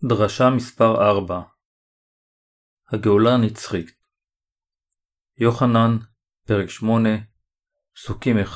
דרשה מספר 4 הגאולה הנצחית. יוחנן, פרק 8, פסוקים 1-13.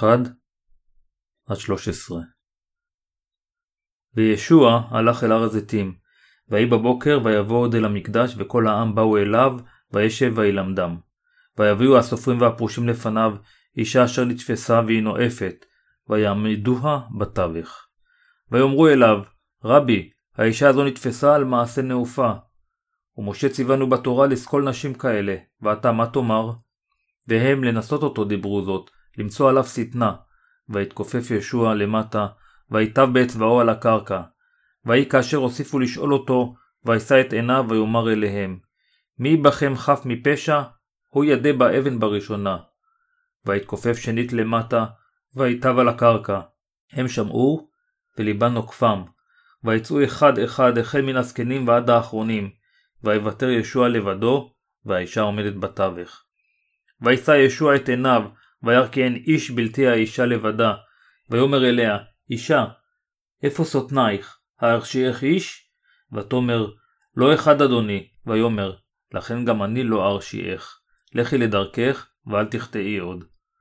וישוע הלך אל הר הזיתים, ויהי בבוקר ויבוא עוד אל המקדש, וכל העם באו אליו, וישב וילמדם. ויביאו הסופרים והפרושים לפניו אישה אשר נתפסה והיא נואפת, ויעמדוה בתווך. ויאמרו אליו, רבי, האישה הזו נתפסה על מעשה נאופה. ומשה ציוונו בתורה לסקול נשים כאלה, ואתה מה תאמר? והם לנסות אותו דיברו זאת, למצוא עליו שטנה. ויתכופף ישוע למטה, ויטב באצבעו על הקרקע. ויהי כאשר הוסיפו לשאול אותו, וישא את עיניו ויאמר אליהם, מי בכם חף מפשע? הוא ידה באבן בראשונה. ויתכופף שנית למטה, ויטב על הקרקע. הם שמעו, וליבן נוקפם. ויצאו אחד אחד החל מן הזקנים ועד האחרונים, ויוותר ישוע לבדו, והאישה עומדת בתווך. וישא ישוע את עיניו, וירא כי אין איש בלתי האישה לבדה, ויאמר אליה, אישה, איפה סותנייך? הארשיעך איש? ותאמר, לא אחד אדוני, ויאמר, לכן גם אני לא ארשיעך, לכי לדרכך, ואל תחטאי עוד.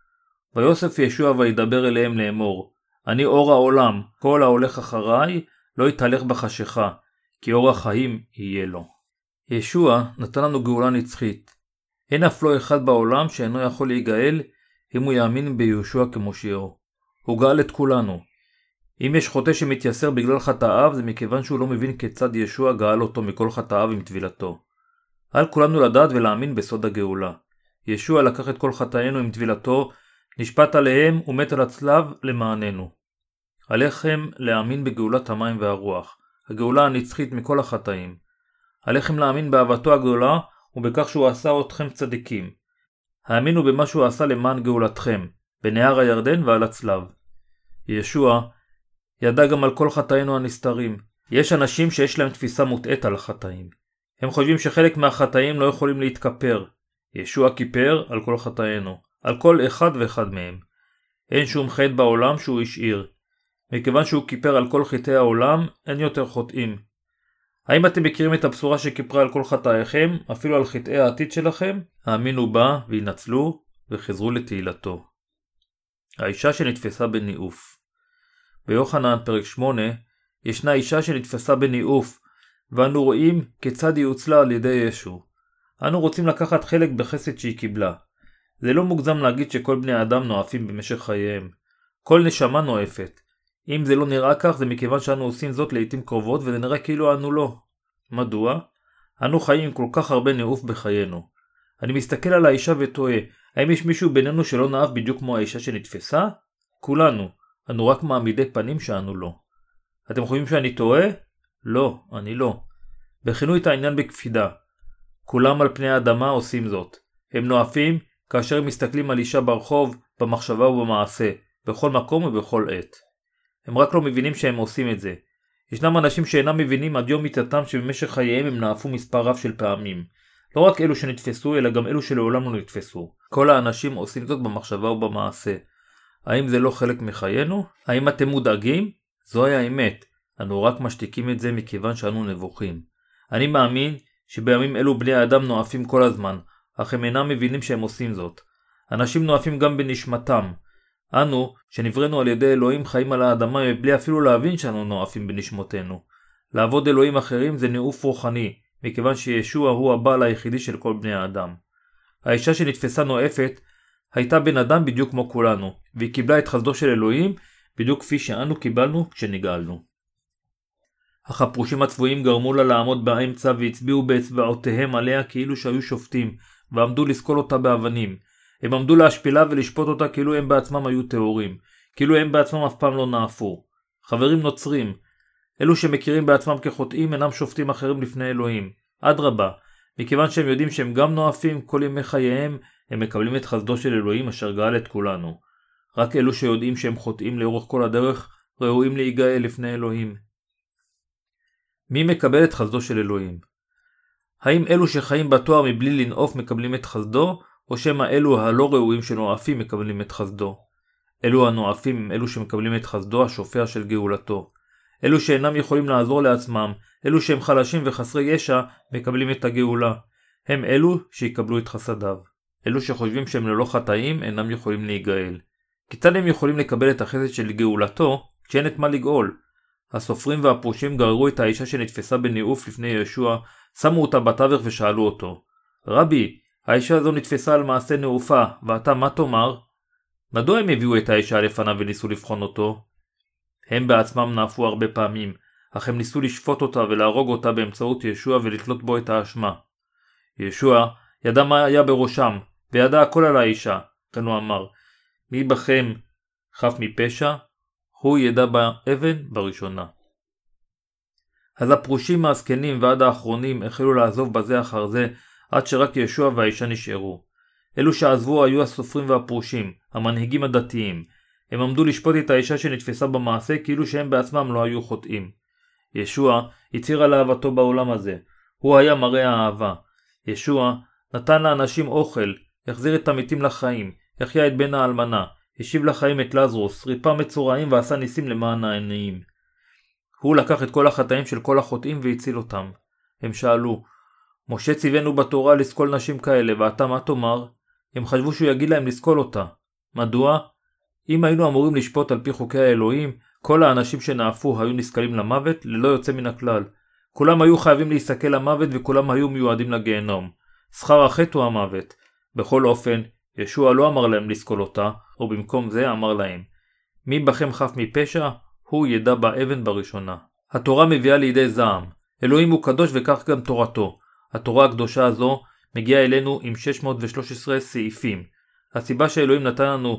ויוסף ישוע וידבר אליהם לאמור, אני אור העולם, כל ההולך אחריי, לא יתהלך בחשיכה, כי אור החיים יהיה לו. ישוע נתן לנו גאולה נצחית. אין אף לא אחד בעולם שאינו יכול להיגאל אם הוא יאמין בישוע כמושיעו. הוא גאל את כולנו. אם יש חוטא שמתייסר בגלל חטאיו, זה מכיוון שהוא לא מבין כיצד ישוע גאל אותו מכל חטאיו עם טבילתו. על כולנו לדעת ולהאמין בסוד הגאולה. ישוע לקח את כל חטאינו עם טבילתו, נשפט עליהם ומת על הצלב למעננו. עליכם להאמין בגאולת המים והרוח, הגאולה הנצחית מכל החטאים. עליכם להאמין באהבתו הגדולה ובכך שהוא עשה אתכם צדיקים. האמינו במה שהוא עשה למען גאולתכם, בנהר הירדן ועל הצלב. ישוע ידע גם על כל חטאינו הנסתרים. יש אנשים שיש להם תפיסה מוטעית על החטאים. הם חושבים שחלק מהחטאים לא יכולים להתכפר. ישוע כיפר על כל חטאינו, על כל אחד ואחד מהם. אין שום חטא בעולם שהוא השאיר. מכיוון שהוא כיפר על כל חטאי העולם, אין יותר חוטאים. האם אתם מכירים את הבשורה שכיפרה על כל חטאיכם, אפילו על חטאי העתיד שלכם? האמינו בה וינצלו וחזרו לתהילתו. האישה שנתפסה בניאוף. ביוחנן פרק 8 ישנה אישה שנתפסה בניאוף, ואנו רואים כיצד היא הוצלה על ידי ישו. אנו רוצים לקחת חלק בחסד שהיא קיבלה. זה לא מוגזם להגיד שכל בני האדם נואפים במשך חייהם. כל נשמה נואפת. אם זה לא נראה כך, זה מכיוון שאנו עושים זאת לעתים קרובות, וזה נראה כאילו אנו לא. מדוע? אנו חיים עם כל כך הרבה נאוף בחיינו. אני מסתכל על האישה ותוהה, האם יש מישהו בינינו שלא נאף בדיוק כמו האישה שנתפסה? כולנו. אנו רק מעמידי פנים שאנו לא. אתם חושבים שאני טועה? לא, אני לא. בכינו את העניין בקפידה. כולם על פני האדמה עושים זאת. הם נואפים כאשר הם מסתכלים על אישה ברחוב, במחשבה ובמעשה, בכל מקום ובכל עת. הם רק לא מבינים שהם עושים את זה. ישנם אנשים שאינם מבינים עד יום מיתתם שבמשך חייהם הם נאפו מספר רב של פעמים. לא רק אלו שנתפסו, אלא גם אלו שלעולם לא נתפסו. כל האנשים עושים זאת במחשבה ובמעשה. האם זה לא חלק מחיינו? האם אתם מודאגים? זוהי האמת. אנו רק משתיקים את זה מכיוון שאנו נבוכים. אני מאמין שבימים אלו בני האדם נואפים כל הזמן, אך הם אינם מבינים שהם עושים זאת. אנשים נואפים גם בנשמתם. אנו, שנברנו על ידי אלוהים, חיים על האדמה מבלי אפילו להבין שאנו נואפים בנשמותינו. לעבוד אלוהים אחרים זה נאוף רוחני, מכיוון שישוע הוא הבעל היחידי של כל בני האדם. האישה שנתפסה נואפת הייתה בן אדם בדיוק כמו כולנו, והיא קיבלה את חסדו של אלוהים בדיוק כפי שאנו קיבלנו כשנגאלנו. אך הפרושים הצבועים גרמו לה לעמוד באמצע והצביעו באצבעותיהם עליה כאילו שהיו שופטים, ועמדו לסקול אותה באבנים. הם עמדו להשפילה ולשפוט אותה כאילו הם בעצמם היו טהורים, כאילו הם בעצמם אף פעם לא נאפו. חברים נוצרים, אלו שמכירים בעצמם כחוטאים אינם שופטים אחרים לפני אלוהים. אדרבה, מכיוון שהם יודעים שהם גם נואפים כל ימי חייהם, הם מקבלים את חסדו של אלוהים אשר גאל את כולנו. רק אלו שיודעים שהם חוטאים לאורך כל הדרך, ראויים להיגאל לפני אלוהים. מי מקבל את חסדו של אלוהים? האם אלו שחיים בתואר מבלי לנאוף מקבלים את חסדו, או שמא אלו הלא ראויים שנואפים מקבלים את חסדו? אלו הנואפים הם אלו שמקבלים את חסדו השופע של גאולתו. אלו שאינם יכולים לעזור לעצמם, אלו שהם חלשים וחסרי ישע, מקבלים את הגאולה. הם אלו שיקבלו את חסדיו. אלו שחושבים שהם ללא חטאים אינם יכולים להיגאל. כיצד הם יכולים לקבל את החסד של גאולתו כשאין את מה לגאול? הסופרים והפרושים גררו את האישה שנתפסה בניאוף לפני ישוע, שמו אותה בתווך ושאלו אותו, רבי, האישה הזו נתפסה על מעשה נאופה, ואתה מה תאמר? מדוע הם הביאו את האישה לפניו וניסו לבחון אותו? הם בעצמם נאפו הרבה פעמים, אך הם ניסו לשפוט אותה ולהרוג אותה באמצעות ישוע ולתלות בו את האשמה. ישוע ידע מה היה בראשם, וידע הכל על האישה, כן הוא אמר, מי בכם חף מפשע, הוא ידע באבן בראשונה. אז הפרושים מהזקנים ועד האחרונים החלו לעזוב בזה אחר זה, עד שרק ישוע והאישה נשארו. אלו שעזבו היו הסופרים והפרושים, המנהיגים הדתיים. הם עמדו לשפוט את האישה שנתפסה במעשה כאילו שהם בעצמם לא היו חוטאים. ישוע הצהיר על אהבתו בעולם הזה. הוא היה מראה האהבה. ישוע נתן לאנשים אוכל, החזיר את המתים לחיים, החיה את בן האלמנה, השיב לחיים את לזרוס, ריפא מצורעים ועשה ניסים למען העניים. הוא לקח את כל החטאים של כל החוטאים והציל אותם. הם שאלו, משה ציוונו בתורה לסקול נשים כאלה, ואתה מה תאמר? הם חשבו שהוא יגיד להם לסקול אותה. מדוע? אם היינו אמורים לשפוט על פי חוקי האלוהים, כל האנשים שנאפו היו נסקלים למוות ללא יוצא מן הכלל. כולם היו חייבים להסתכל למוות וכולם היו מיועדים לגיהנום. שכר החטא הוא המוות. בכל אופן, ישוע לא אמר להם לסקול אותה, או במקום זה אמר להם, מי בכם חף מפשע, הוא ידע באבן בראשונה. התורה מביאה לידי זעם. אלוהים הוא קדוש וכך גם תורתו. התורה הקדושה הזו מגיעה אלינו עם 613 סעיפים. הסיבה שאלוהים נתן לנו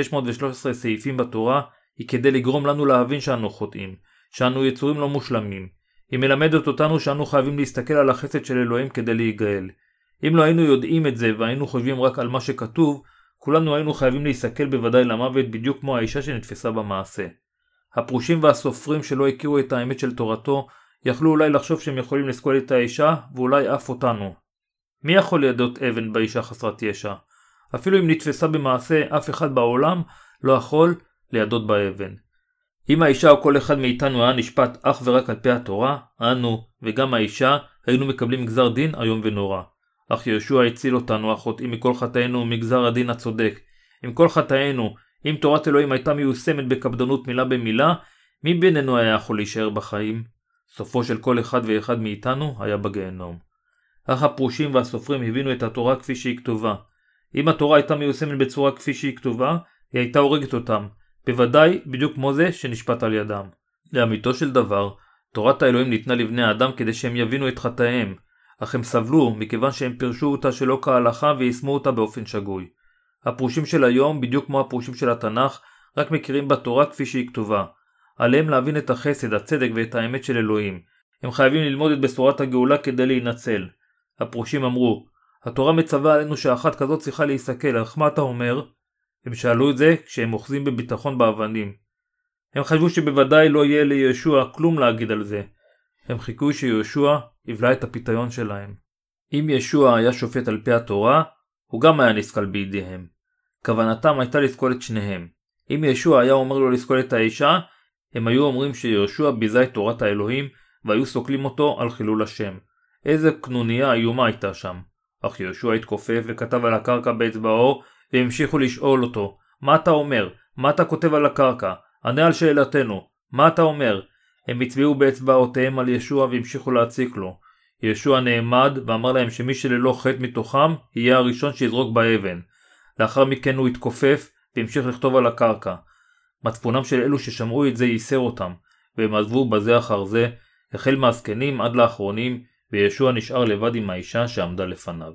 613 סעיפים בתורה היא כדי לגרום לנו להבין שאנו חוטאים, שאנו יצורים לא מושלמים. היא מלמדת אותנו שאנו חייבים להסתכל על החסד של אלוהים כדי להיגאל. אם לא היינו יודעים את זה והיינו חושבים רק על מה שכתוב, כולנו היינו חייבים להסתכל בוודאי למוות בדיוק כמו האישה שנתפסה במעשה. הפרושים והסופרים שלא הכירו את האמת של תורתו, יכלו אולי לחשוב שהם יכולים לסקול את האישה ואולי אף אותנו. מי יכול לידות אבן באישה חסרת ישע? אפילו אם נתפסה במעשה, אף אחד בעולם לא יכול לידות באבן. אם האישה או כל אחד מאיתנו היה נשפט אך ורק על פי התורה, אנו וגם האישה היינו מקבלים גזר דין איום ונורא. אך ישוע הציל אותנו החוטאים מכל חטאינו ומגזר הדין הצודק. עם כל חטאינו, אם תורת אלוהים הייתה מיושמת בקפדנות מילה במילה, מי בינינו היה יכול להישאר בחיים? סופו של כל אחד ואחד מאיתנו היה בגיהנום. אך הפרושים והסופרים הבינו את התורה כפי שהיא כתובה. אם התורה הייתה מיושמת בצורה כפי שהיא כתובה, היא הייתה הורגת אותם, בוודאי בדיוק כמו זה שנשפט על ידם. לאמיתו של דבר, תורת האלוהים ניתנה לבני האדם כדי שהם יבינו את חטאיהם, אך הם סבלו מכיוון שהם פירשו אותה שלא כהלכה ויישמו אותה באופן שגוי. הפרושים של היום, בדיוק כמו הפרושים של התנ"ך, רק מכירים בתורה כפי שהיא כתובה. עליהם להבין את החסד, הצדק ואת האמת של אלוהים. הם חייבים ללמוד את בשורת הגאולה כדי להינצל. הפרושים אמרו, התורה מצווה עלינו שאחת כזאת צריכה להיסכל, אך מה אתה אומר? הם שאלו את זה כשהם אוחזים בביטחון באבנים. הם חשבו שבוודאי לא יהיה לישוע כלום להגיד על זה. הם חיכו שישוע יבלע את הפיתיון שלהם. אם ישוע היה שופט על פי התורה, הוא גם היה נסכל בידיהם. כוונתם הייתה לסקול את שניהם. אם ישוע היה אומר לו לסקול את האישה, הם היו אומרים שישוע ביזה את תורת האלוהים והיו סוקלים אותו על חילול השם. איזה קנוניה איומה הייתה שם. אך ישוע התכופף וכתב על הקרקע באצבעו והמשיכו לשאול אותו, מה אתה אומר? מה אתה כותב על הקרקע? ענה על שאלתנו. מה אתה אומר? הם הצביעו באצבעותיהם על ישוע והמשיכו להציק לו. ישוע נעמד ואמר להם שמי שללא חטא מתוכם יהיה הראשון שיזרוק באבן. לאחר מכן הוא התכופף והמשיך לכתוב על הקרקע. מצפונם של אלו ששמעו את זה ייסר אותם, והם עזבו בזה אחר זה, החל מהזקנים עד לאחרונים, וישוע נשאר לבד עם האישה שעמדה לפניו.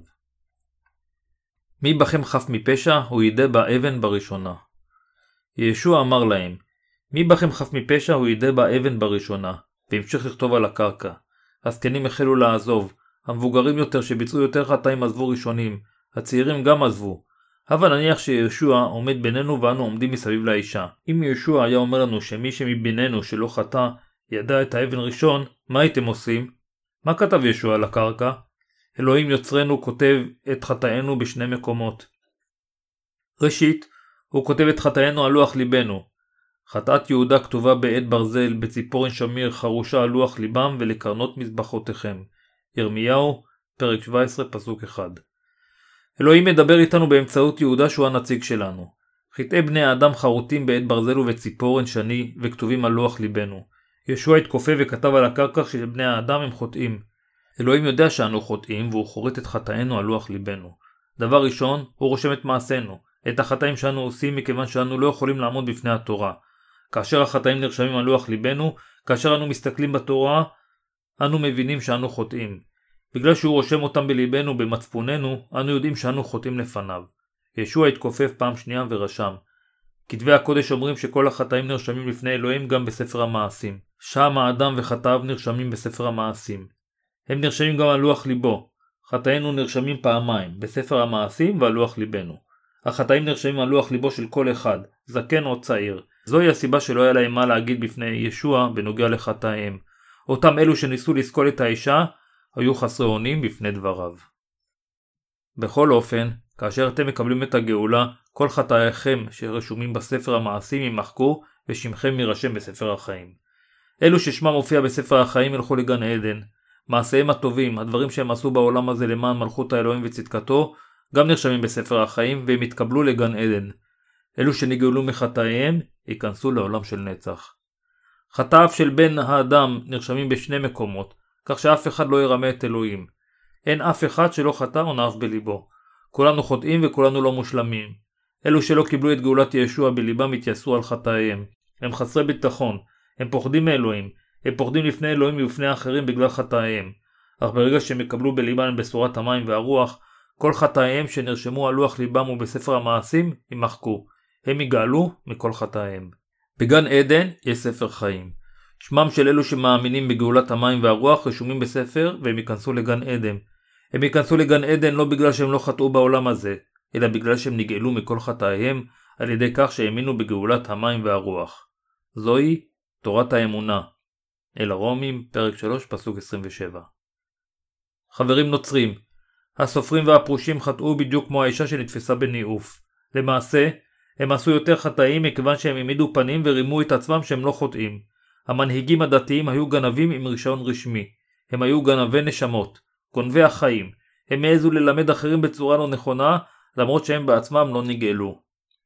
מי בכם חף מפשע הוא ידע באבן בראשונה. ישוע אמר להם, מי בכם חף מפשע הוא ידע באבן בראשונה, והמשיך לכתוב על הקרקע. הזקנים החלו לעזוב, המבוגרים יותר שביצעו יותר חטאים עזבו ראשונים, הצעירים גם עזבו. אבל נניח שישוע עומד בינינו ואנו עומדים מסביב לאישה. אם ישוע היה אומר לנו שמי שמבינינו שלא חטא ידע את האבן ראשון, מה הייתם עושים? מה כתב ישוע על הקרקע? אלוהים יוצרנו כותב את חטאינו בשני מקומות. ראשית, הוא כותב את חטאינו על לוח ליבנו. חטאת יהודה כתובה בעט ברזל, בציפורן שמיר חרושה על לוח ליבם ולקרנות מזבחותיכם. ירמיהו, פרק 17, פסוק 1. אלוהים מדבר איתנו באמצעות יהודה שהוא הנציג שלנו. חטאי בני האדם חרוטים בעט ברזל ובציפורן שני וכתובים על לוח ליבנו. ישוע התכופף וכתב על הקרקע שבני האדם הם חוטאים. אלוהים יודע שאנו חוטאים והוא חורט את חטאינו על לוח ליבנו. דבר ראשון, הוא רושם את מעשינו, את החטאים שאנו עושים מכיוון שאנו לא יכולים לעמוד בפני התורה. כאשר החטאים נרשמים על לוח ליבנו, כאשר אנו מסתכלים בתורה, אנו מבינים שאנו חוטאים. בגלל שהוא רושם אותם בליבנו, במצפוננו, אנו יודעים שאנו חוטאים לפניו. ישוע התכופף פעם שנייה ורשם. כתבי הקודש אומרים שכל החטאים נרשמים לפני אלוהים גם בספר המעשים. שם האדם וחטאיו נרשמים בספר המעשים. הם נרשמים גם על לוח ליבו. חטאינו נרשמים פעמיים, בספר המעשים ועל לוח ליבנו. החטאים נרשמים על לוח ליבו של כל אחד, זקן או צעיר. זוהי הסיבה שלא היה להם מה להגיד בפני ישוע בנוגע לחטאיהם. אותם אלו שניסו לסקול את האישה, היו חסרי אונים בפני דבריו. בכל אופן, כאשר אתם מקבלים את הגאולה, כל חטאיכם שרשומים בספר המעשים יימחקו ושמכם יירשם בספר החיים. אלו ששמם מופיע בספר החיים ילכו לגן עדן. מעשיהם הטובים, הדברים שהם עשו בעולם הזה למען מלכות האלוהים וצדקתו, גם נרשמים בספר החיים והם יתקבלו לגן עדן. אלו שנגאלו מחטאיהם ייכנסו לעולם של נצח. חטאיו של בן האדם נרשמים בשני מקומות, כך שאף אחד לא ירמה את אלוהים. אין אף אחד שלא חטא או נאף בליבו. כולנו חוטאים וכולנו לא מושלמים. אלו שלא קיבלו את גאולת ישוע בליבם התייסרו על חטאיהם. הם חסרי ביטחון, הם פוחדים מאלוהים, הם פוחדים לפני אלוהים ולפני אחרים בגלל חטאיהם. אך ברגע שהם יקבלו בליבם בשורת המים והרוח, כל חטאיהם שנרשמו על לוח ליבם ובספר המעשים יימחקו. הם יגאלו מכל חטאיהם. בגן עדן יש ספר חיים. שמם של אלו שמאמינים בגאולת המים והרוח רשומים בספר והם ייכנסו לגן עדן. הם ייכנסו לגן עדן לא בגלל שהם לא חטאו בעולם הזה, אלא בגלל שהם נגאלו מכל חטאיהם על ידי כך שהאמינו בגאולת המים והרוח. זוהי תורת האמונה. אל הרומים, פרק 3, פסוק 27. חברים נוצרים, הסופרים והפרושים חטאו בדיוק כמו האישה שנתפסה בניאוף. למעשה, הם עשו יותר חטאים מכיוון שהם העמידו פנים ורימו את עצמם שהם לא חוטאים. המנהיגים הדתיים היו גנבים עם רישיון רשמי. הם היו גנבי נשמות, גונבי החיים. הם העזו ללמד אחרים בצורה לא נכונה, למרות שהם בעצמם לא נגאלו.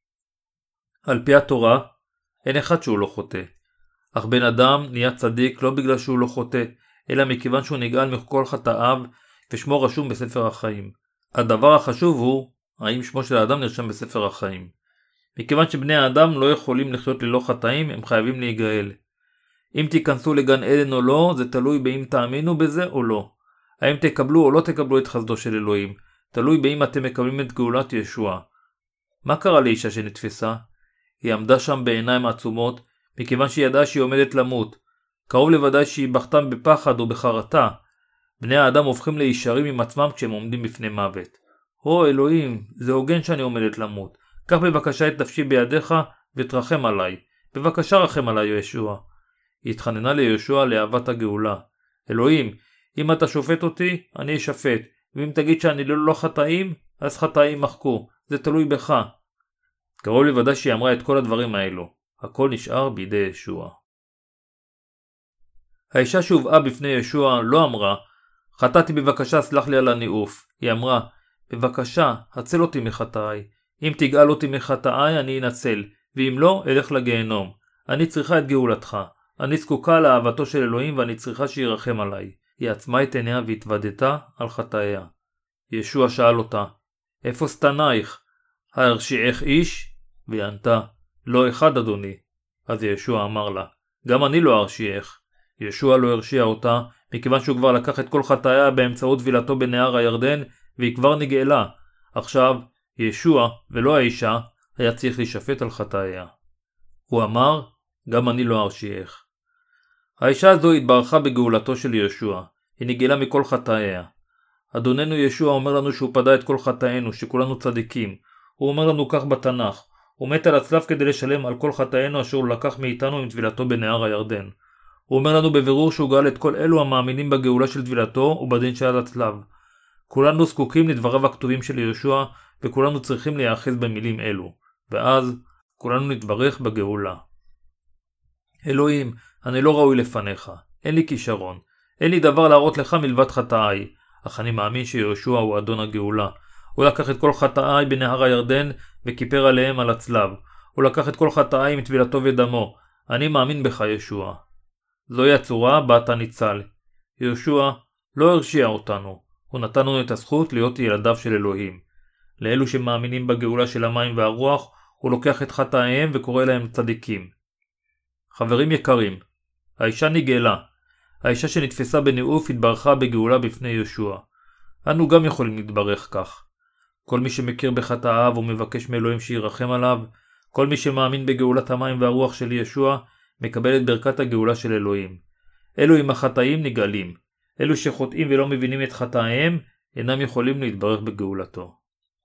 על פי התורה, אין אחד שהוא לא חוטא. אך בן אדם נהיה צדיק לא בגלל שהוא לא חוטא, אלא מכיוון שהוא נגאל מכל חטאיו ושמו רשום בספר החיים. הדבר החשוב הוא, האם שמו של האדם נרשם בספר החיים. מכיוון שבני האדם לא יכולים לחיות ללא חטאים, הם חייבים להיגאל. אם תיכנסו לגן עדן או לא, זה תלוי באם תאמינו בזה או לא. האם תקבלו או לא תקבלו את חסדו של אלוהים, תלוי באם אתם מקבלים את גאולת ישוע. מה קרה לאישה שנתפסה? היא עמדה שם בעיניים עצומות, מכיוון שהיא ידעה שהיא עומדת למות. קרוב לוודאי שהיא בכתה בפחד או בחרטה. בני האדם הופכים לישרים עם עצמם כשהם עומדים בפני מוות. או אלוהים, זה הוגן שאני עומדת למות. קח בבקשה את נפשי בידיך ותרחם עליי. בבקשה רחם עליי ישוע. היא התחננה לישוע לאהבת הגאולה. אלוהים, אם אתה שופט אותי, אני אשפט. ואם תגיד שאני לא חטאים, אז חטאים מחקו. זה תלוי בך. קרוב לוודאי שהיא אמרה את כל הדברים האלו. הכל נשאר בידי ישוע. האישה שהובאה בפני ישוע לא אמרה, חטאתי בבקשה סלח לי על הניאוף. היא אמרה, בבקשה, הצל אותי מחטאי. אם תגאל אותי מחטאי אני אנצל, ואם לא, אלך לגיהנום. אני צריכה את גאולתך. אני זקוקה לאהבתו של אלוהים ואני צריכה שירחם עליי. היא עצמה את עיניה והתוודתה על חטאיה. ישוע שאל אותה, איפה סתנייך? הרשיעך איש? והיא ענתה, לא אחד אדוני. אז ישוע אמר לה, גם אני לא הרשיעך. ישוע לא הרשיע אותה, מכיוון שהוא כבר לקח את כל חטאיה באמצעות טבילתו בנהר הירדן, והיא כבר נגאלה. עכשיו, ישוע, ולא האישה, היה צריך להישפט על חטאיה. הוא אמר, גם אני לא הרשיעך. האישה הזו התברכה בגאולתו של ישוע. היא נגאלה מכל חטאיה. אדוננו ישוע אומר לנו שהוא פדה את כל חטאינו, שכולנו צדיקים. הוא אומר לנו כך בתנ"ך. הוא מת על הצלב כדי לשלם על כל חטאינו אשר הוא לקח מאיתנו עם טבילתו בנהר הירדן. הוא אומר לנו בבירור שהוא גאל את כל אלו המאמינים בגאולה של טבילתו ובדין שעל הצלב. כולנו זקוקים לדבריו הכתובים של ישוע, וכולנו צריכים להיאחז במילים אלו. ואז כולנו נתברך בגאולה. אלוהים, אני לא ראוי לפניך, אין לי כישרון, אין לי דבר להראות לך מלבד חטאי, אך אני מאמין שיהושע הוא אדון הגאולה. הוא לקח את כל חטאי בנהר הירדן וכיפר עליהם על הצלב. הוא לקח את כל חטאי עם טבילתו ודמו. אני מאמין בך, ישוע. זוהי הצורה בה אתה ניצל. יהושע לא הרשיע אותנו. הוא נתן לנו את הזכות להיות ילדיו של אלוהים. לאלו שמאמינים בגאולה של המים והרוח, הוא לוקח את חטאיהם וקורא להם צדיקים. חברים יקרים, האישה נגאלה. האישה שנתפסה בניאוף התברכה בגאולה בפני יהושע. אנו גם יכולים להתברך כך. כל מי שמכיר בחטאיו ומבקש מאלוהים שירחם עליו, כל מי שמאמין בגאולת המים והרוח של ישוע, מקבל את ברכת הגאולה של אלוהים. אלו עם החטאים נגאלים. אלו שחוטאים ולא מבינים את חטאיהם, אינם יכולים להתברך בגאולתו.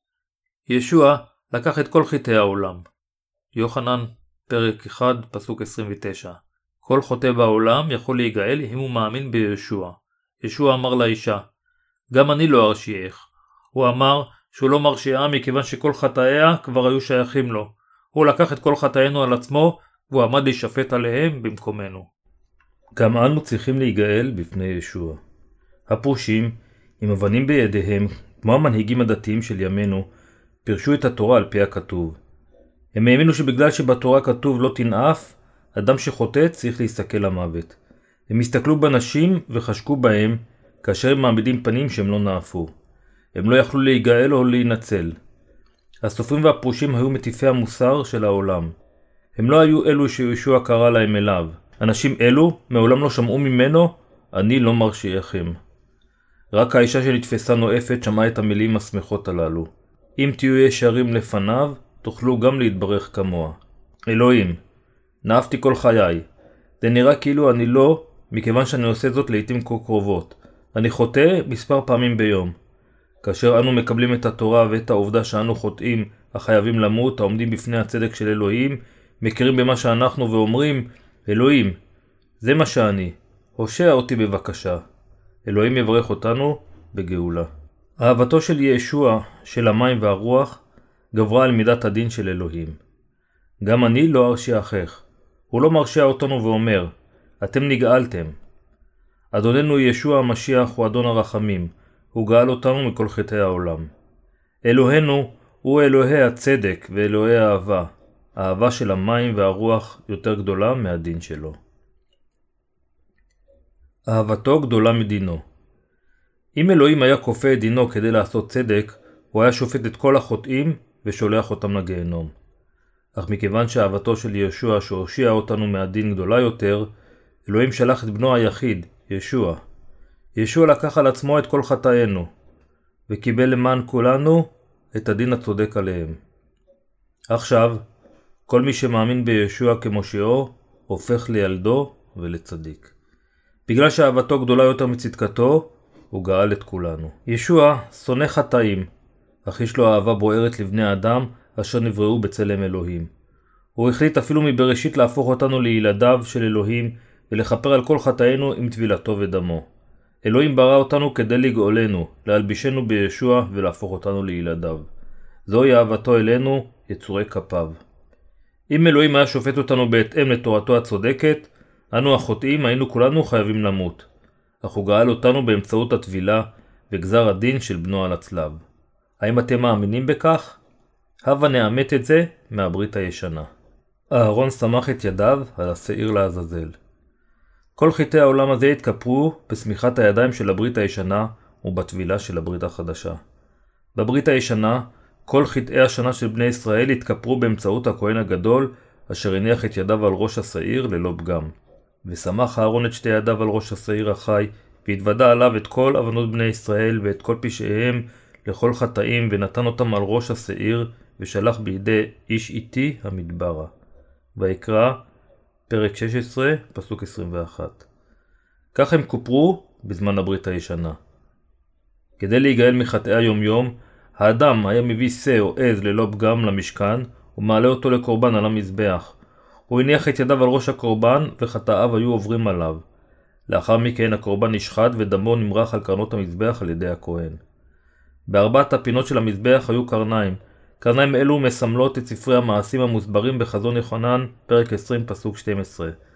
ישוע לקח את כל חטאי העולם. יוחנן, פרק 1, פסוק 29. כל חוטא בעולם יכול להיגאל אם הוא מאמין בישוע. ישוע אמר לאישה, גם אני לא ארשיעך. הוא אמר שהוא לא מרשיעה מכיוון שכל חטאיה כבר היו שייכים לו. הוא לקח את כל חטאינו על עצמו והוא עמד להישפט עליהם במקומנו. גם אנו צריכים להיגאל בפני ישוע. הפרושים, עם אבנים בידיהם, כמו המנהיגים הדתיים של ימינו, פירשו את התורה על פי הכתוב. הם האמינו שבגלל שבתורה כתוב לא תנאף, אדם שחוטא צריך להסתכל למוות. הם הסתכלו בנשים וחשקו בהם, כאשר הם מעמידים פנים שהם לא נאפו. הם לא יכלו להיגאל או להינצל. הסופרים והפרושים היו מטיפי המוסר של העולם. הם לא היו אלו שישוע קרא להם אליו. אנשים אלו מעולם לא שמעו ממנו, אני לא מרשיעכם. רק האישה שנתפסה נואפת שמעה את המילים השמחות הללו. אם תהיו ישרים לפניו, תוכלו גם להתברך כמוה. אלוהים, נאפתי כל חיי. זה נראה כאילו אני לא, מכיוון שאני עושה זאת לעתים כה קרובות. אני חוטא מספר פעמים ביום. כאשר אנו מקבלים את התורה ואת העובדה שאנו חוטאים, החייבים למות, העומדים בפני הצדק של אלוהים, מכירים במה שאנחנו ואומרים, אלוהים, זה מה שאני, הושע אותי בבקשה. אלוהים יברך אותנו בגאולה. אהבתו של ישוע, של המים והרוח, גברה על מידת הדין של אלוהים. גם אני לא ארשיעכך. הוא לא מרשיע אותנו ואומר, אתם נגאלתם. אדוננו ישוע המשיח הוא אדון הרחמים. הוא גאל אותנו מכל חטאי העולם. אלוהינו הוא אלוהי הצדק ואלוהי האהבה. האהבה של המים והרוח יותר גדולה מהדין שלו. אהבתו גדולה מדינו. אם אלוהים היה כופה את דינו כדי לעשות צדק, הוא היה שופט את כל החוטאים ושולח אותם לגיהנום. אך מכיוון שאהבתו של ישוע שהושיע אותנו מהדין גדולה יותר, אלוהים שלח את בנו היחיד, ישוע. ישוע לקח על עצמו את כל חטאינו, וקיבל למען כולנו את הדין הצודק עליהם. עכשיו, כל מי שמאמין בישוע כמושיעו, הופך לילדו ולצדיק. בגלל שאהבתו גדולה יותר מצדקתו, הוא גאל את כולנו. ישוע שונא חטאים, אך יש לו אהבה בוערת לבני האדם אשר נבראו בצלם אלוהים. הוא החליט אפילו מבראשית להפוך אותנו לילדיו של אלוהים ולכפר על כל חטאינו עם טבילתו ודמו. אלוהים ברא אותנו כדי לגאולנו, להלבישנו בישוע ולהפוך אותנו לילדיו. זוהי אהבתו אלינו, יצורי כפיו. אם אלוהים היה שופט אותנו בהתאם לתורתו הצודקת, אנו החוטאים היינו כולנו חייבים למות. אך הוא גאל אותנו באמצעות הטבילה וגזר הדין של בנו על הצלב. האם אתם מאמינים בכך? הבה נאמת את זה מהברית הישנה. אהרון סמך את ידיו על השעיר לעזאזל. כל חטאי העולם הזה התכפרו בסמיכת הידיים של הברית הישנה ובטבילה של הברית החדשה. בברית הישנה, כל חטאי השנה של בני ישראל התכפרו באמצעות הכהן הגדול, אשר הניח את ידיו על ראש השעיר ללא פגם. וסמך אהרון את שתי ידיו על ראש השעיר החי, והתוודע עליו את כל עוונות בני ישראל ואת כל פשעיהם לכל חטאים, ונתן אותם על ראש השעיר, ושלח בידי איש איתי המדברה. ויקרא, פרק 16, פסוק 21. כך הם כופרו בזמן הברית הישנה. כדי להיגאל מחטאי היום-יום, האדם היה מביא שא או עז ללא פגם למשכן, ומעלה אותו לקורבן על המזבח. הוא הניח את ידיו על ראש הקורבן, וחטאיו היו עוברים עליו. לאחר מכן הקורבן נשחט ודמו נמרח על קרנות המזבח על ידי הכהן. בארבעת הפינות של המזבח היו קרניים. קרניים אלו מסמלות את ספרי המעשים המוסברים בחזון יוחנן, פרק 20, פסוק 12.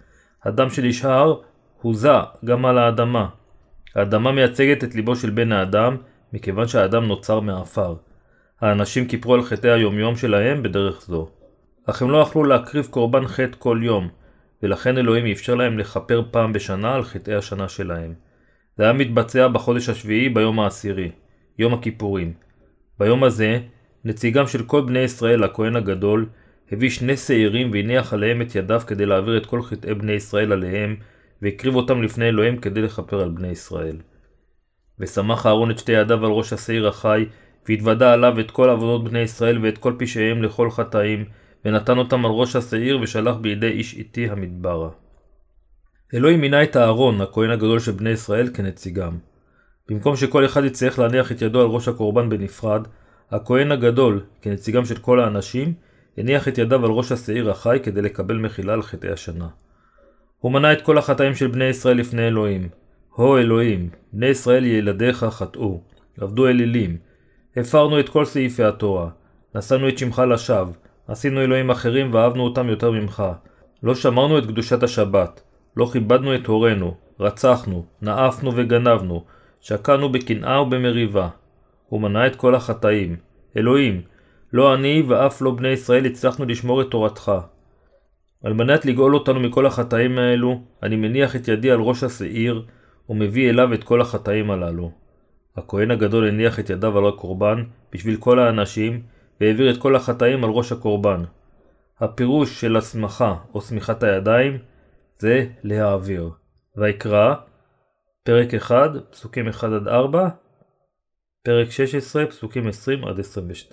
הדם שנשאר הוזה גם על האדמה. האדמה מייצגת את ליבו של בן האדם, מכיוון שהאדם נוצר מעפר. האנשים כיפרו על חטאי היומיום שלהם בדרך זו. אך הם לא יכלו להקריב קורבן חטא כל יום, ולכן אלוהים אפשר להם לכפר פעם בשנה על חטאי השנה שלהם. זה היה מתבצע בחודש השביעי ביום העשירי, יום הכיפורים. ביום הזה, נציגם של כל בני ישראל, הכהן הגדול, הביא 2 שעירים והניח עליהם את ידיו כדי להעביר את כל חטאי בני ישראל עליהם, והקריב אותם לפני אלוהים כדי לכפר על בני ישראל. ושמח אהרון את 2 ידיו על ראש השעיר החי, והתוודע עליו את כל עבודות בני ישראל ואת כל פשעיהם לכל חטאים, ונתן אותם על ראש השעיר ושלח בידי איש איתי המדברה. אלוהים מינה את אהרון, הכהן הגדול של בני ישראל, כנציגם. במקום שכל אחד יצטרך להניח את ידו על ראש הקורבן בנפרד, הכהן הגדול, כנציגם של כל האנשים, הניח את ידיו על ראש השעיר החי כדי לקבל מחילה על חטאי השנה. הוא מנה את כל החטאים של בני ישראל לפני אלוהים. הו אלוהים, בני ישראל ילדיך חטאו, עבדו אלילים, הפרנו את כל סעיפי התורה, נשאנו את שמך לשווא, עשינו אלוהים אחרים ואהבנו אותם יותר ממך, לא שמרנו את קדושת השבת, לא כיבדנו את הורינו, רצחנו, נאפנו וגנבנו, שקענו בקנאה ובמריבה. הוא מנה את כל החטאים. אלוהים, לא אני ואף לא בני ישראל הצלחנו לשמור את תורתך. על מנת לגאול אותנו מכל החטאים האלו, אני מניח את ידי על ראש השעיר ומביא אליו את כל החטאים הללו. הכהן הגדול הניח את ידיו על הקורבן בשביל כל האנשים והעביר את כל החטאים על ראש הקורבן. הפירוש של הסמכה או סמיכת הידיים זה להעביר. ויקרא, פרק 1, פסוקים 1-4, פרק 16, פסוקים 20-22.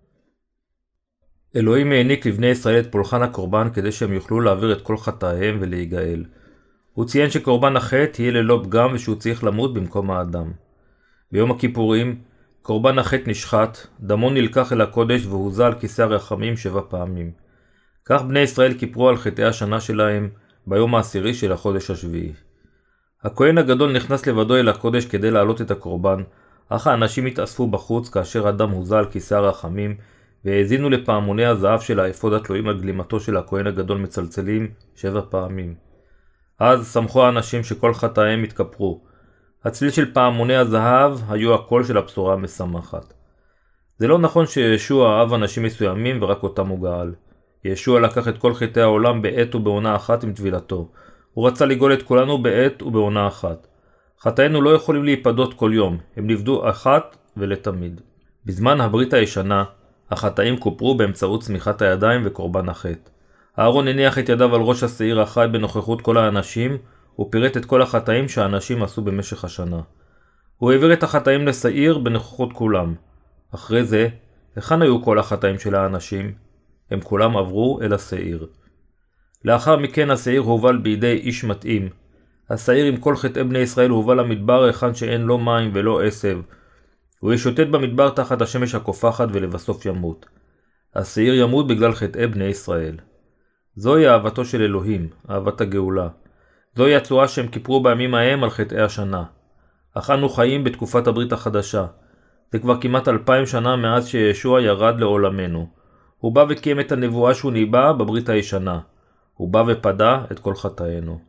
אלוהים העניק לבני ישראל את פולחן הקורבן כדי שהם יוכלו להעביר את כל חטאיהם ולהיגאל. הוא ציין שקורבן החטא יהיה ללא פגם ושהוא צריך למות במקום האדם. ביום הכיפורים, קורבן החטא נשחט, דמו נלקח אל הקודש והוזה על כיסא הרחמים 7 פעמים. כך בני ישראל כיפרו על חטאי השנה שלהם ביום העשירי של החודש השביעי. הכהן הגדול נכנס לבדו אל הקודש כדי להעלות את הקורבן, אך האנשים התאספו בחוץ כאשר אדם הוזה על כיסא הרחמים, והאזינו לפעמוני הזהב של האפוד התלויים על גלימתו של הכהן הגדול מצלצלים 7 פעמים. אז שמחו האנשים שכל חטאיהם התכפרו. הצליל של פעמוני הזהב היו הקול של הבשורה המשמחת. זה לא נכון שישוע אהב אנשים מסוימים ורק אותם הוא גאל. ישוע לקח את כל חטאי העולם בעת ובעונה אחת עם טבילתו. הוא רצה לגאול את כולנו בעת ובעונה אחת. חטאינו לא יכולים להיפדות כל יום, הם נפדו אחת ולתמיד. בזמן הברית הישנה, החטאים כופרו באמצעות סמיכת הידיים וקורבן החטא. אהרון הניח את ידיו על ראש השעיר החי בנוכחות כל האנשים, ופירט את כל החטאים שהאנשים עשו במשך השנה. הוא העביר את החטאים לשעיר בנוכחות כולם. אחרי זה, היכן היו כל החטאים של האנשים? הם כולם עברו אל השעיר. לאחר מכן השעיר הובל בידי איש מתאים. השעיר עם כל חטאי בני ישראל הובל למדבר היכן שאין לו מים ולא עשב. הוא ישוטט במדבר תחת השמש הקופחת ולבסוף ימות. השעיר ימות בגלל חטאי בני ישראל. זוהי אהבתו של אלוהים, אהבת הגאולה. זוהי הצורה שהם כיפרו בימים ההם על חטאי השנה. אך אנו חיים בתקופת הברית החדשה. זה כבר כמעט 2000 שנה מאז שישוע ירד לעולמנו. הוא בא וקיים את הנבואה שהוא ניבא בברית הישנה. הוא בא ופדה את כל חטאינו.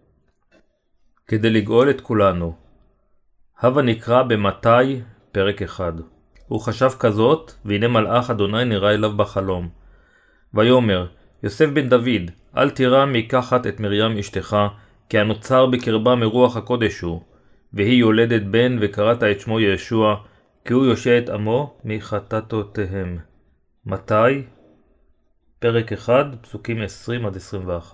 כדי לגאול את כולנו. הווה נקרא במתי פרק 1. הוא חשב כזאת, והנה מלאך אדוני נראה אליו בחלום. ויאמר, יוסף בן דוד, אל תירא מקחת את מרים אשתך, כי הנוצר בקרבה מרוח הקודש הוא, והיא יולדת בן וקראת את שמו ישוע, כי הוא יושע את עמו מחטאותיהם. מתי? פרק 1, פסוקים 20-21.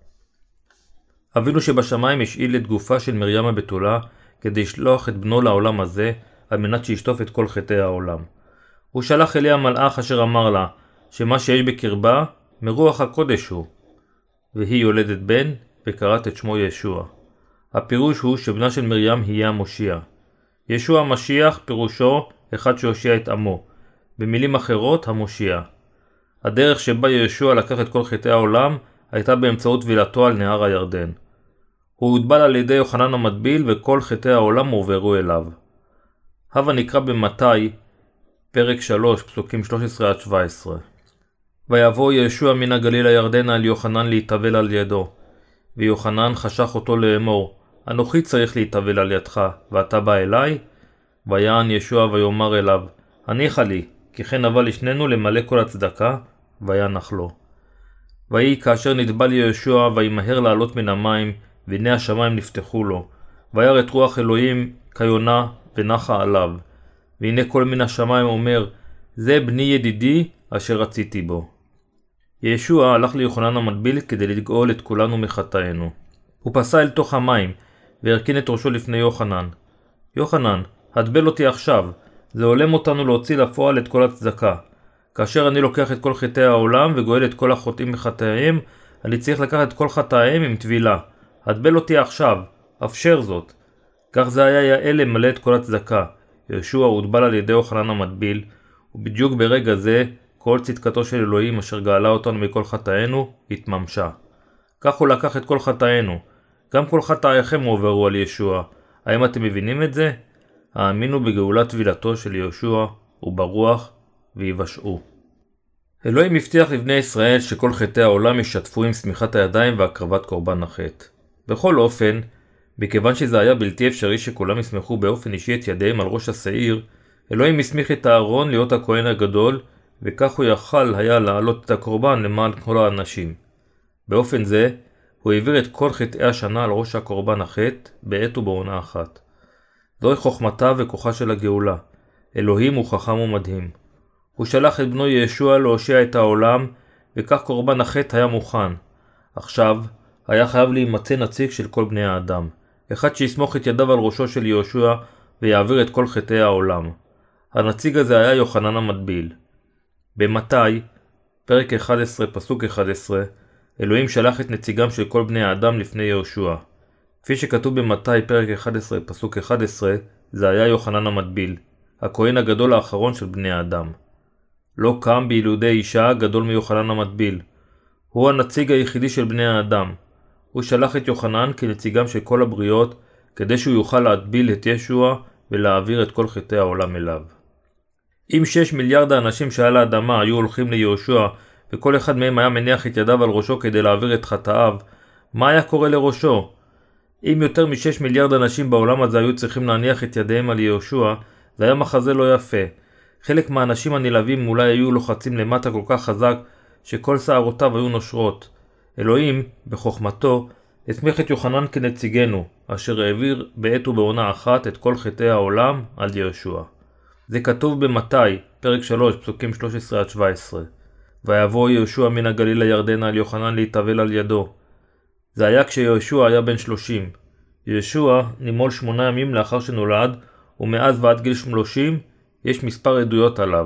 אבינו שבשמיים השאיל את גופה של מרים הבתולה, כדי לשלוח את בנו לעולם הזה, על מנת שישטוף את כל חטאי העולם. הוא שלח אליה מלאך אשר אמר לה, שמה שיש בקרבה, מרוח הקודש הוא. והיא יולדת בן, וקראת את שמו ישוע. הפירוש הוא שבנה של מרים יהיה המושיע. ישוע המשיח פירושו אחד שיושיע את עמו. במילים אחרות, המושיע. הדרך שבה ישוע לקח את כל חטאי העולם, הייתה באמצעות טבילתו על נהר הירדן. הוא הוטבל על ידי יוחנן המטביל וכל חטאי העולם הועברו אליו. הווה נקרא במתי, פרק 3, פסוקים 13-17. ויבוא ישוע מן הגליל הירדנה אל יוחנן להתאבל על ידו. ויוחנן חשך אותו לאמור, אנוכי צריך להתאבל על ידך, ואתה בא אליי? ויען ישוע ויאמר אליו, הניחה לי, כי כן נבע לשנינו למלא כל הצדקה, וינח לו. ויהי כאשר נטבל יהושע וימהר לעלות מן המים, והנה השמיים נפתחו לו, וירא את רוח אלוהים כיונה ונחה עליו. והנה כל מן השמיים אומר, זה בני ידידי אשר רציתי בו. ישוע הלך ליוחנן המטביל כדי לגאול את כולנו מחטאינו. הוא פסע אל תוך המים, והרכין את ראשו לפני יוחנן. יוחנן, הטבל אותי עכשיו, זה הולם אותנו להוציא לפועל את כל הצדקה. כאשר אני לוקח את כל חטאי העולם וגואל את כל החוטאים מחטאיהם, אני צריך לקחת את כל חטאיהם עם טבילה. הטבל אותי עכשיו, אפשר זאת. כך זה היה יעל למלא את כל הצדקה. יהושע הוטבל על ידי יוחנן המטביל, ובדיוק ברגע זה כל צדקתו של אלוהים אשר גאלה אותנו מכל חטאינו התממשה. כך הוא לקח את כל חטאינו. גם כל חטאיכם הועברו על ישוע. האם אתם מבינים את זה? האמינו בגאולת טבילתו של יהושע וברוח ויבשעו. אלוהים הבטיח לבני ישראל שכל חטאי העולם ישתפו עם סמיכת הידיים והקרבת קורבן החטא. בכל אופן, מכיוון שזה היה בלתי אפשרי שכולם יסמכו באופן אישי את ידיהם על ראש השעיר, אלוהים הסמיך את הארון להיות הכהן הגדול, וכך הוא יכל היה להעלות את הקורבן למען כל האנשים. באופן זה, הוא העביר את כל חטאי השנה על ראש הקורבן החטא בעת ובעונה אחת. זוהי חוכמתה וכוחה של הגאולה. אלוהים הוא חכם ומדהים. הוא שלח את בנו ישוע להושיע את העולם, וכך קורבן החטא היה מוכן. עכשיו, היה חייב להימצא נציג של כל בני האדם. אחד שיסמוך את ידיו על ראשו של יהושע ויעביר את כל חטאי העולם. הנציג הזה היה יוחנן המטביל. במתי, פרק 11, פסוק 11, אלוהים שלח את נציגם של כל בני האדם לפני יהושע. כפי שכתוב במתי, פרק 11, פסוק 11, זה היה יוחנן המטביל, הכהן הגדול האחרון של בני האדם. לא קם בילודי אישה גדול מיוחנן המטביל. הוא הנציג היחידי של בני האדם. הוא שלח את יוחנן כנציגם של כל הבריות, כדי שהוא יוכל להטביל את ישוע ולהעביר את כל חטאי העולם אליו. אם 6 מיליארד האנשים שעל האדמה היו הולכים ליהושע, וכל אחד מהם היה מניח את ידיו על ראשו כדי להעביר את חטאיו, מה היה קורה לראשו? אם יותר מ6 מיליארד אנשים בעולם הזה היו צריכים להניח את ידיהם על יהושע, זה היה מחזה לא יפה. חלק מהאנשים הנלהבים אולי היו לוחצים למטה כל כך חזק, שכל שערותיו היו נושרות. אלוהים, בחוכמתו, הסמיך את יוחנן כנציגנו, אשר העביר בעת ובעונה אחת את כל חטאי העולם על יהושע. זה כתוב במתי, פרק 3, פסוקים 13-17. ויבוא יהושע מן הגליל לירדן על יוחנן להתאבל על ידו. זה היה כשיהושע היה בן 30. יהושע נימול 8 ימים לאחר שנולד, ומאז ועד גיל 30 יש מספר עדויות עליו.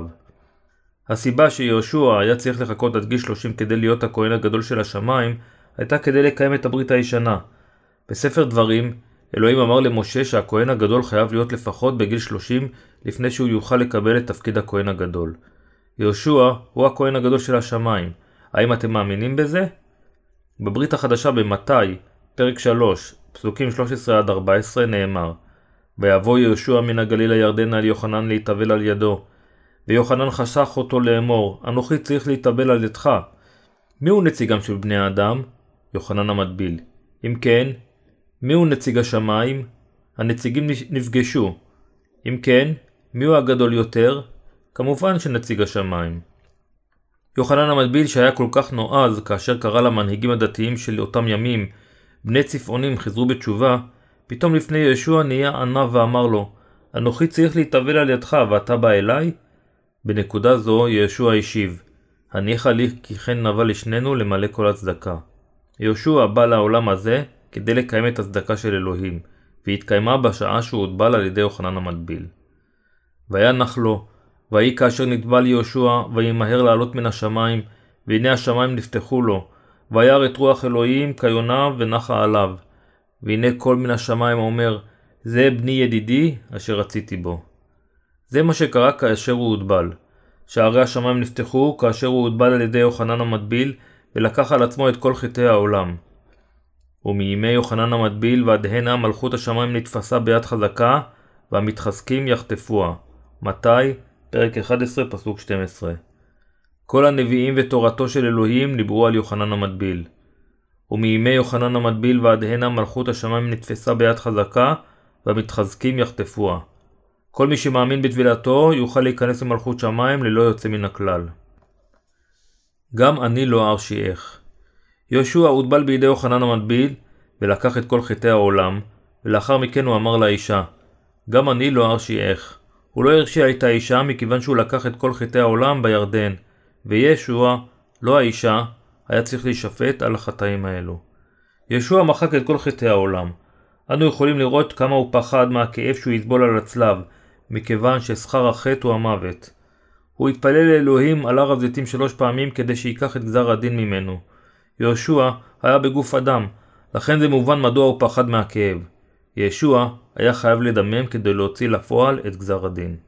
הסיבה שיהושע היה צריך לחכות עד גיל 30 כדי להיות הכהן הגדול של השמיים, הייתה כדי לקיים את הברית הישנה. בספר דברים, אלוהים אמר למשה שהכהן הגדול חייב להיות לפחות בגיל 30 לפני שהוא יוכל לקבל את תפקיד הכהן הגדול. יהושע הוא הכהן הגדול של השמיים. האם אתם מאמינים בזה? בברית החדשה במתי, פרק 3, פסוקים 13-14 נאמר, ויבוא יהושע מן הגליל לירדן על יוחנן להתאבל על ידו. ויוחנן חשך אותו לאמור, אנוכי צריך להתאבל על ידך. מי הוא נציגם של בני האדם? יוחנן המטביל. אם כן, מי הוא נציג השמיים? הנציגים נפגשו. אם כן, מי הוא הגדול יותר? כמובן שנציג השמיים. יוחנן המטביל שהיה כל כך נועז כאשר קרא למנהיגים הדתיים של אותם ימים, בני צפעונים חזרו בתשובה, פתאום לפני ישוע נהיה ענה ואמר לו, אנוכי צריך להתאבל על ידך ואתה בא אליי? בנקודה זו ישוע השיב, הניחה לי כי כן נבע לשנינו למלא כל הצדקה. ישוע בא לעולם הזה כדי לקיים את הצדקה של אלוהים, והתקיימה בשעה שהוא הוטבל על ידי יוחנן המטביל. וינח לו, ויהי כאשר נטבל יהושע, וימהר לעלות מן השמיים, והנה השמיים נפתחו לו, וירא את רוח אלוהים כיונה ונחה עליו. והנה כל מן השמיים אומר, זה בני ידידי אשר רציתי בו. זה מה שקרה כאשר הוא הוטבל. שערי השמיים נפתחו כאשר הוא הוטבל על ידי יוחנן המטביל, ולקח על עצמו את כל חטאי העולם. ומימי יוחנן המטביל ועד הנה מלכות השמיים נתפסה ביד חזקה, והמתחזקים יחטפוה. מתי? פרק 11 פסוק 12. כל הנביאים ותורתו של אלוהים דיברו על יוחנן המטביל. ומימי יוחנן המטביל ועד הנה מלכות השמיים נתפסה ביד חזקה, והמתחזקים יחטפוה. כל מי שמאמין בטבילתו יוכל להיכנס למלכות שמיים ללא יוצא מן הכלל. גם אני לא ארשיעך. יהושע הוטבל בידי יוחנן המטביל ולקח את כל חטאי העולם, ולאחר מכן הוא אמר לאישה, גם אני לא ארשיעך. הוא לא הרשיע את האישה מכיוון שהוא לקח את כל חטאי העולם בירדן, וישוע, לא האישה, היה צריך להישפט על החטאים האלו. ישוע מחק את כל חטאי העולם. אנו יכולים לראות כמה הוא פחד מהכאב שהוא יסבול על הצלב, מכיוון ששכר החטא הוא המוות. הוא התפלל לאלוהים על הר הזיתים 3 פעמים כדי שיקח את גזר הדין ממנו. יהושע היה בגוף אדם, לכן זה מובן מדוע הוא פחד מהכאב. ישוע היה חייב לדמם כדי להוציא לפועל את גזר הדין.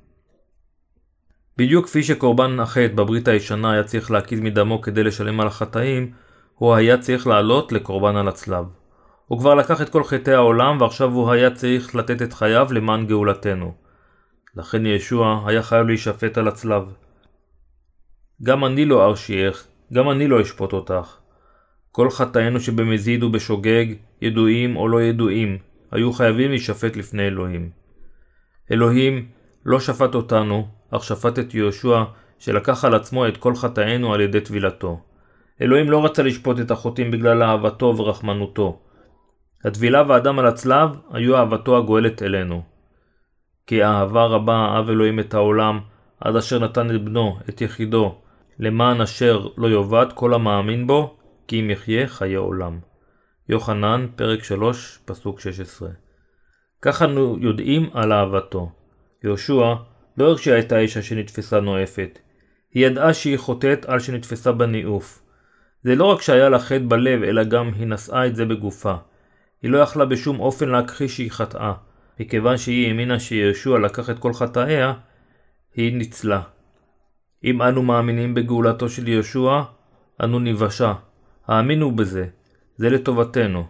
בדיוק כפי שקורבן החטא בברית הישנה היה צריך להקיז מדמו כדי לשלם על החטאים, הוא היה צריך לעלות לקורבן על הצלב. הוא כבר לקח את כל חטאי העולם ועכשיו הוא היה צריך לתת את חייו למען גאולתנו. לכן ישוע היה חייב להישפט על הצלב. גם אני לא ארשיעך, גם אני לא אשפוט אותך. כל חטאינו שבמזיד ובשוגג, ידועים או לא ידועים, היו חייבים להישפט לפני אלוהים. אלוהים לא שפט אותנו, אך שפט את יהושע שלקח על עצמו את כל חטאינו על ידי טבילתו. אלוהים לא רצה לשפוט את החוטאים בגלל אהבתו ורחמנותו. הטבילה והדם על הצלב היו אהבתו הגואלת אלינו. כי אהבה רבה אהב אלוהים את העולם, עד אשר נתן את בנו, את יחידו, למען אשר לא יאבד כל המאמין בו, כי אם יחיה חיי עולם. יוחנן, פרק 3, פסוק 16. כך אנו יודעים על אהבתו. יהושע לא הרשיע את האישה שנתפסה נואפת. היא ידעה שהיא חוטאת על שנתפסה בניאוף. זה לא רק שהיה לה חטא בלב, אלא גם היא נשאה את זה בגופה. היא לא יכלה בשום אופן להכחיש שהיא חטאה. מכיוון שהיא האמינה שיהושע לקח את כל חטאיה, היא ניצלה. אם אנו מאמינים בגאולתו של יהושע, אנו ניוושע. האמינו בזה, זה לטובתנו.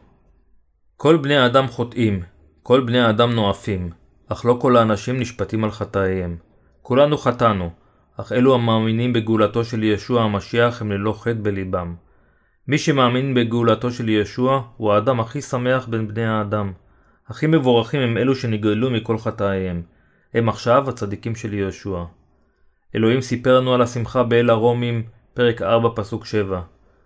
כל בני האדם חוטאים, כל בני האדם נואפים, אך לא כל האנשים נשפטים על חטאיהם. כולנו חטאנו, אך אלו המאמינים בגאולתו של ישוע המשיח הם ללא חטא בליבם. מי שמאמין בגאולתו של ישוע הוא האדם הכי שמח בין בני האדם. הכי מבורכים הם אלו שנגאלו מכל חטאיהם. הם עכשיו הצדיקים של ישוע. אלוהים סיפר לנו על השמחה באל הרומים, פרק 4 פסוק 7.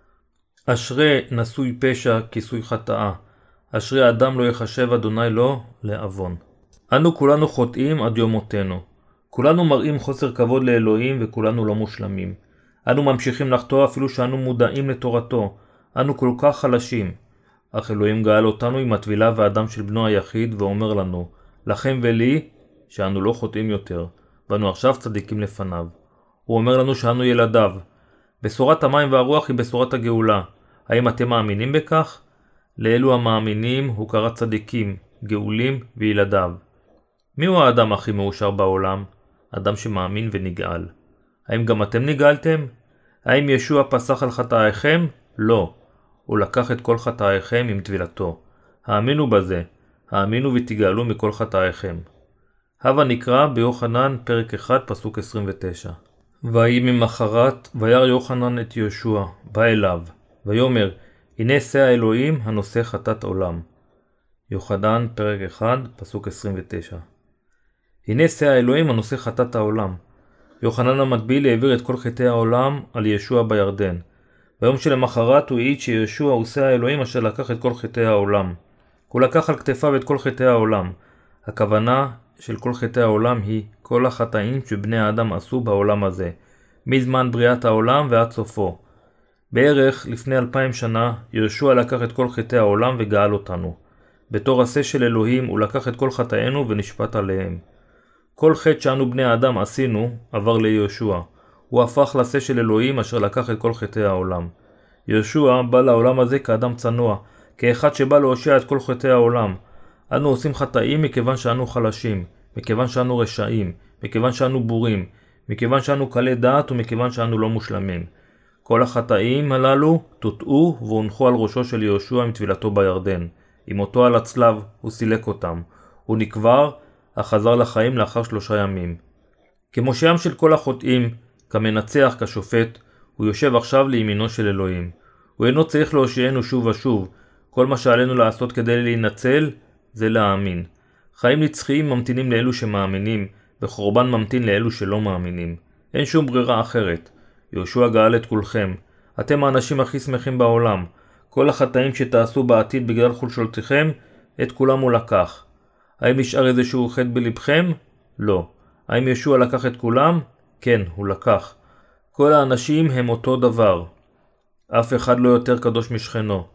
אשרי נשוי פשע כיסוי חטאה, אשרי אדם לא יחשב אדוני לו לעוון. אנו כולנו חוטאים עד יום מותנו. כולנו מראים חוסר כבוד לאלוהים וכולנו לא מושלמים. אנו ממשיכים לחטוא אפילו שאנו מודעים לתורתו. אנו כל כך חלשים. אך אלוהים גאל אותנו עם הטבילה והדם של בנו היחיד ואומר לנו, לכם ולי, שאנו לא חוטאים יותר, ואנו עכשיו צדיקים לפניו. הוא אומר לנו שאנו ילדיו. בשורת המים והרוח היא בשורת הגאולה. האם אתם מאמינים בכך? לאלו המאמינים הוא קרא צדיקים, גאולים וילדיו. מי הוא האדם הכי מאושר בעולם? אדם שמאמין ונגאל. האם גם אתם נגאלתם? האם ישוע פסח על חטאיכם? לא. הוא לקח את כל חטאיכם עם טבילתו. האמינו בזה. האמינו ותגאלו מכל חטאיכם. הווה נקרא ביוחנן פרק 1 פסוק 29. ויהי ממחרת וירא יוחנן את יהושע, בא אליו, ויאמר, הנה שא האלוהים הנושא חטאת עולם. יוחנן פרק 1 פסוק 29. הנה שא האלוהים הנושא חטאת העולם. יוחנן המטביל העביר את כל חטאי העולם על ישוע בירדן. ביום שלמחרת הוא העיד שישוע הוא שא האלוהים אשר לקח את כל חטאי העולם. הוא לקח על כתפיו את כל חטאי העולם. הכוונה של כל חטאי העולם היא כל החטאים שבני האדם עשו בעולם הזה, מזמן בריאת העולם ועד סופו. בערך לפני 2000 שנה, יהושע לקח את כל חטאי העולם וגאל אותנו. בתור עשה של אלוהים הוא לקח את כל חטאינו ונשפט עליהם. כל חטא שאנו בני האדם עשינו עבר ליהושע. הוא הפך לעשה של אלוהים אשר לקח את כל חטאי העולם. יהושע בא לעולם הזה כאדם צנוע, כאחד שבא להושיע את כל חטאי העולם. אנו עושים חטאים מכיוון שאנו חלשים, מכיוון שאנו רשעים, מכיוון שאנו בורים, מכיוון שאנו קלי דעת ומכיוון שאנו לא מושלמים. כל החטאים הללו תוטעו והונחו על ראשו של יהושע עם טבילתו בירדן. עם מותו על הצלב הוא סילק אותם. הוא נקבר, אך חזר לחיים לאחר 3 ימים. כמושיעם של כל החוטאים, כמנצח, כשופט, הוא יושב עכשיו לימינו של אלוהים. הוא אינו צריך להושיענו שוב ושוב. כל מה שעלינו לעשות כדי להינצל זה להאמין. חיים נצחיים ממתינים לאלו שמאמינים, וחורבן ממתין לאלו שלא מאמינים. אין שום ברירה אחרת. יהושע גאל את כולכם. אתם האנשים הכי שמחים בעולם. כל החטאים שתעשו בעתיד בגלל חולשותיכם, את כולם הוא לקח. האם נשאר איזשהו חטא בלבכם? לא. האם יהושע לקח את כולם? כן, הוא לקח. כל האנשים הם אותו דבר. אף אחד לא יותר קדוש משכנו.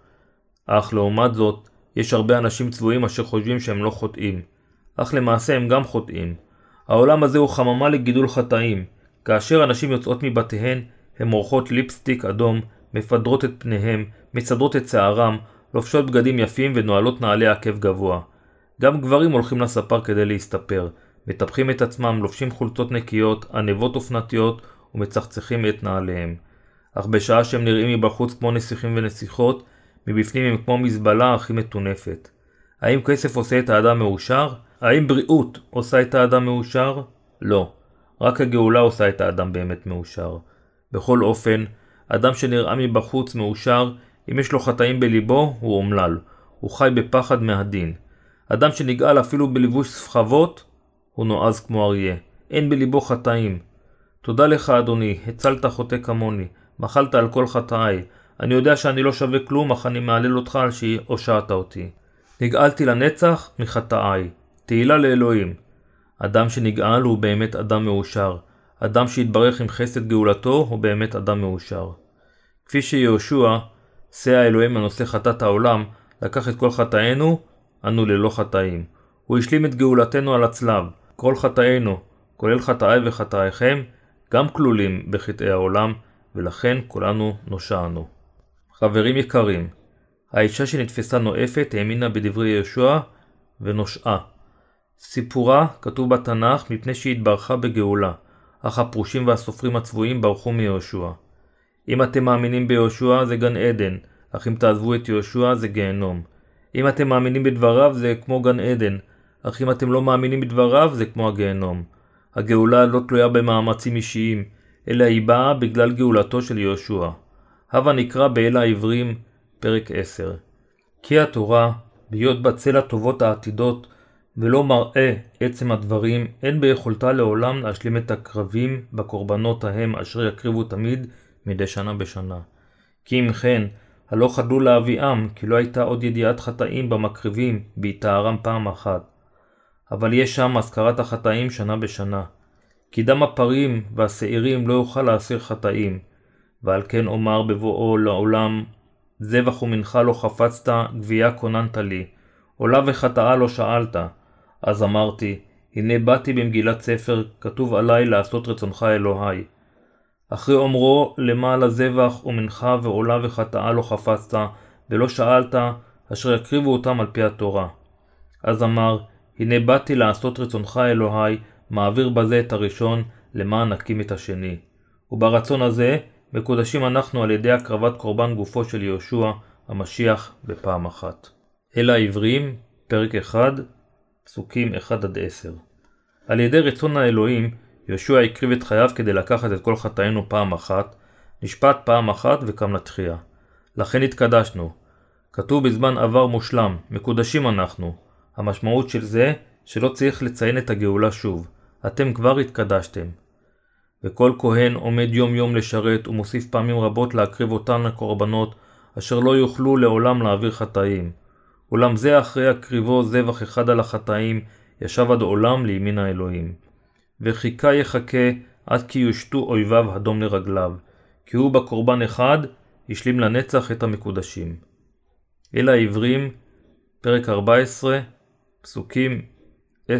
אך לעומת זאת, יש הרבה אנשים צבועים אשר חושבים שהם לא חוטאים. אך למעשה הם גם חוטאים. העולם הזה הוא חממה לגידול חטאים. כאשר אנשים יוצאות מבתיהן, הן מורחות ליפסטיק אדום, מפדרות את פניהם, מצדרות את שערם, לובשות בגדים יפים ונועלות נעלי עקב גבוה. גם גברים הולכים לספר כדי להסתפר, מטפחים את עצמם, לובשים חולצות נקיות, ענבות אופנתיות ומצחצחים את נעליהם. אך בשעה שהם נראים מבחוץ כמו נסיכים ונסיכות, מבפנים הם כמו מזבלה הכי מטונפת. האם כסף עושה את האדם מאושר? האם בריאות עושה את האדם מאושר? לא. רק הגאולה עושה את האדם באמת מאושר. בכל אופן, אדם שנראה מבחוץ מאושר, אם יש לו חטאים בליבו, הוא אומלל. הוא חי בפחד מהדין. אדם שנגאל אפילו בלבוש סחבות, הוא נועז כמו אריה. אין בליבו חטאים. תודה לך אדוני, הצלת חוטא כמוני, מחלת על כל חטאי. אני יודע שאני לא שווה כלום, אך אני מעלל אותך על שהושעת אותי. נגאלתי לנצח מחטאי. תהילה לאלוהים. אדם שנגאל הוא באמת אדם מאושר. אדם שהתברך עם חסד גאולתו הוא באמת אדם מאושר. כפי שיהושע, שא האלוהים הנושא חטאת העולם, לקח את כל חטאינו, אנו ללא חטאים. הוא השלים את גאולתנו על הצלב. כל חטאינו, כולל חטאי וחטאיכם, גם כלולים בחטאי העולם, ולכן כולנו נושענו. חברים יקרים, האישה שנתפסה נואפת האמינה בדברי יהושע ונושעה. סיפורה כתוב בתנ"ך מפני שהיא התברכה בגאולה, אך הפרושים והסופרים הצבועים ברחו מיהושע. אם אתם מאמינים ביהושע זה גן עדן, אך אם תעזבו את יהושע זה גיהנום. אם אתם מאמינים בדבריו זה כמו גן עדן, אך אם אתם לא מאמינים בדבריו זה כמו הגיהנום. הגאולה לא תלויה במאמצים אישיים, אלא היא באה בגלל גאולתו של יהושע. הווה נקרא באל העברים, פרק 10. כי התורה, בהיות בצל הטובות העתידות, ולא מראה עצם הדברים, אין ביכולתה לעולם להשלים את הקרבים בקורבנות ההם אשר יקריבו תמיד מדי שנה בשנה. כי אם כן, הלא חדלו להביאם, כי לא הייתה עוד ידיעת חטאים במקריבים, בהתארם פעם אחת. אבל יש שם הזכרת החטאים שנה בשנה. כי דם הפרים והשעירים לא יוכל להסיר חטאים. ועל כן אומר בבואו לעולם, זבח ומנחה לא חפצת, גבייה כוננת לי. עולה וחטאה לא שאלת. אז אמרתי, הנה באתי במגילת ספר, כתוב עליי לעשות רצונך אלוהי. אחרי אומרו, למעלה זבח ומנחה ועולה וחטאה לא חפצת, ולא שאלת, אשר יקריבו אותם על פי התורה. אז אמר, הנה באתי לעשות רצונך אלוהי, מעביר בזה את הראשון, למען נקים את השני. וברצון הזה, מקודשים אנחנו על ידי הקרבת קורבן גופו של יהושע, המשיח, בפעם אחת. אל העברים, פרק 1, פסוקים 1-10. על ידי רצון האלוהים, יהושע הקריב את חייו כדי לקחת את כל חטאינו פעם אחת, נשפט פעם אחת וקם לתחייה. לכן התקדשנו. כתוב בזמן עבר מושלם, מקודשים אנחנו. המשמעות של זה, שלא צריך לציין את הגאולה שוב. אתם כבר התקדשתם. וכל כהן עומד יום יום לשרת ומוסיף פעמים רבות להקריב אותן לקורבנות, אשר לא יוכלו לעולם להעביר חטאים. אולם זה אחרי הקריבו זבח אחד על החטאים, ישב עד עולם לימין האלוהים. וחיכה יחכה עד כי יושתו אויביו אדום לרגליו, כי הוא בקורבן אחד השלים לנצח את המקודשים. אל העברים, פרק 14, פסוקים 10-11.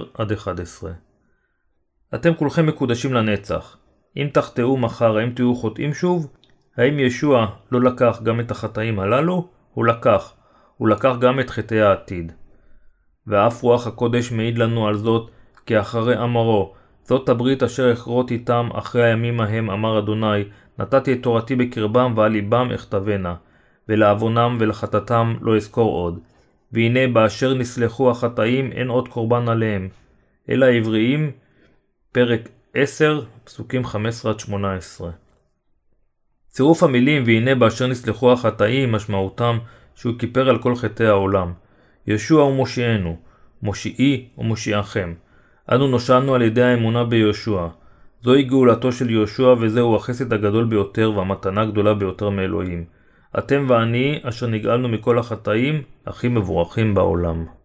אתם כולכם מקודשים לנצח. אם תחטאו מחר, האם תהיו חוטאים שוב? האם ישוע לא לקח גם את החטאים הללו? הוא לקח. הוא לקח גם את חטאי העתיד. ואף רוח הקודש מעיד לנו על זאת, כי אחרי אמרו, זאת הברית אשר אכרות איתם אחרי הימים ההם, אמר אדוני, נתתי את תורתי בקרבם ועל ליבם אכתבנה, ולעוונם ולחטאתם לא אזכור עוד. והנה באשר נסלחו החטאים אין עוד קורבן עליהם. אל העבריים, פרק 10, פסוקים 15-18. צירוף המילים והנה באשר נסלחו החטאים משמעותם שהוא כיפר על כל חטאי העולם. ישוע הוא מושיענו, מושיעי ומושיעכם. אנו נושענו על ידי האמונה בישוע. זוהי גאולתו של ישוע וזהו החסד הגדול ביותר והמתנה הגדולה ביותר מאלוהים. אתם ואני אשר נגאלנו מכל החטאים הכי מבורכים בעולם.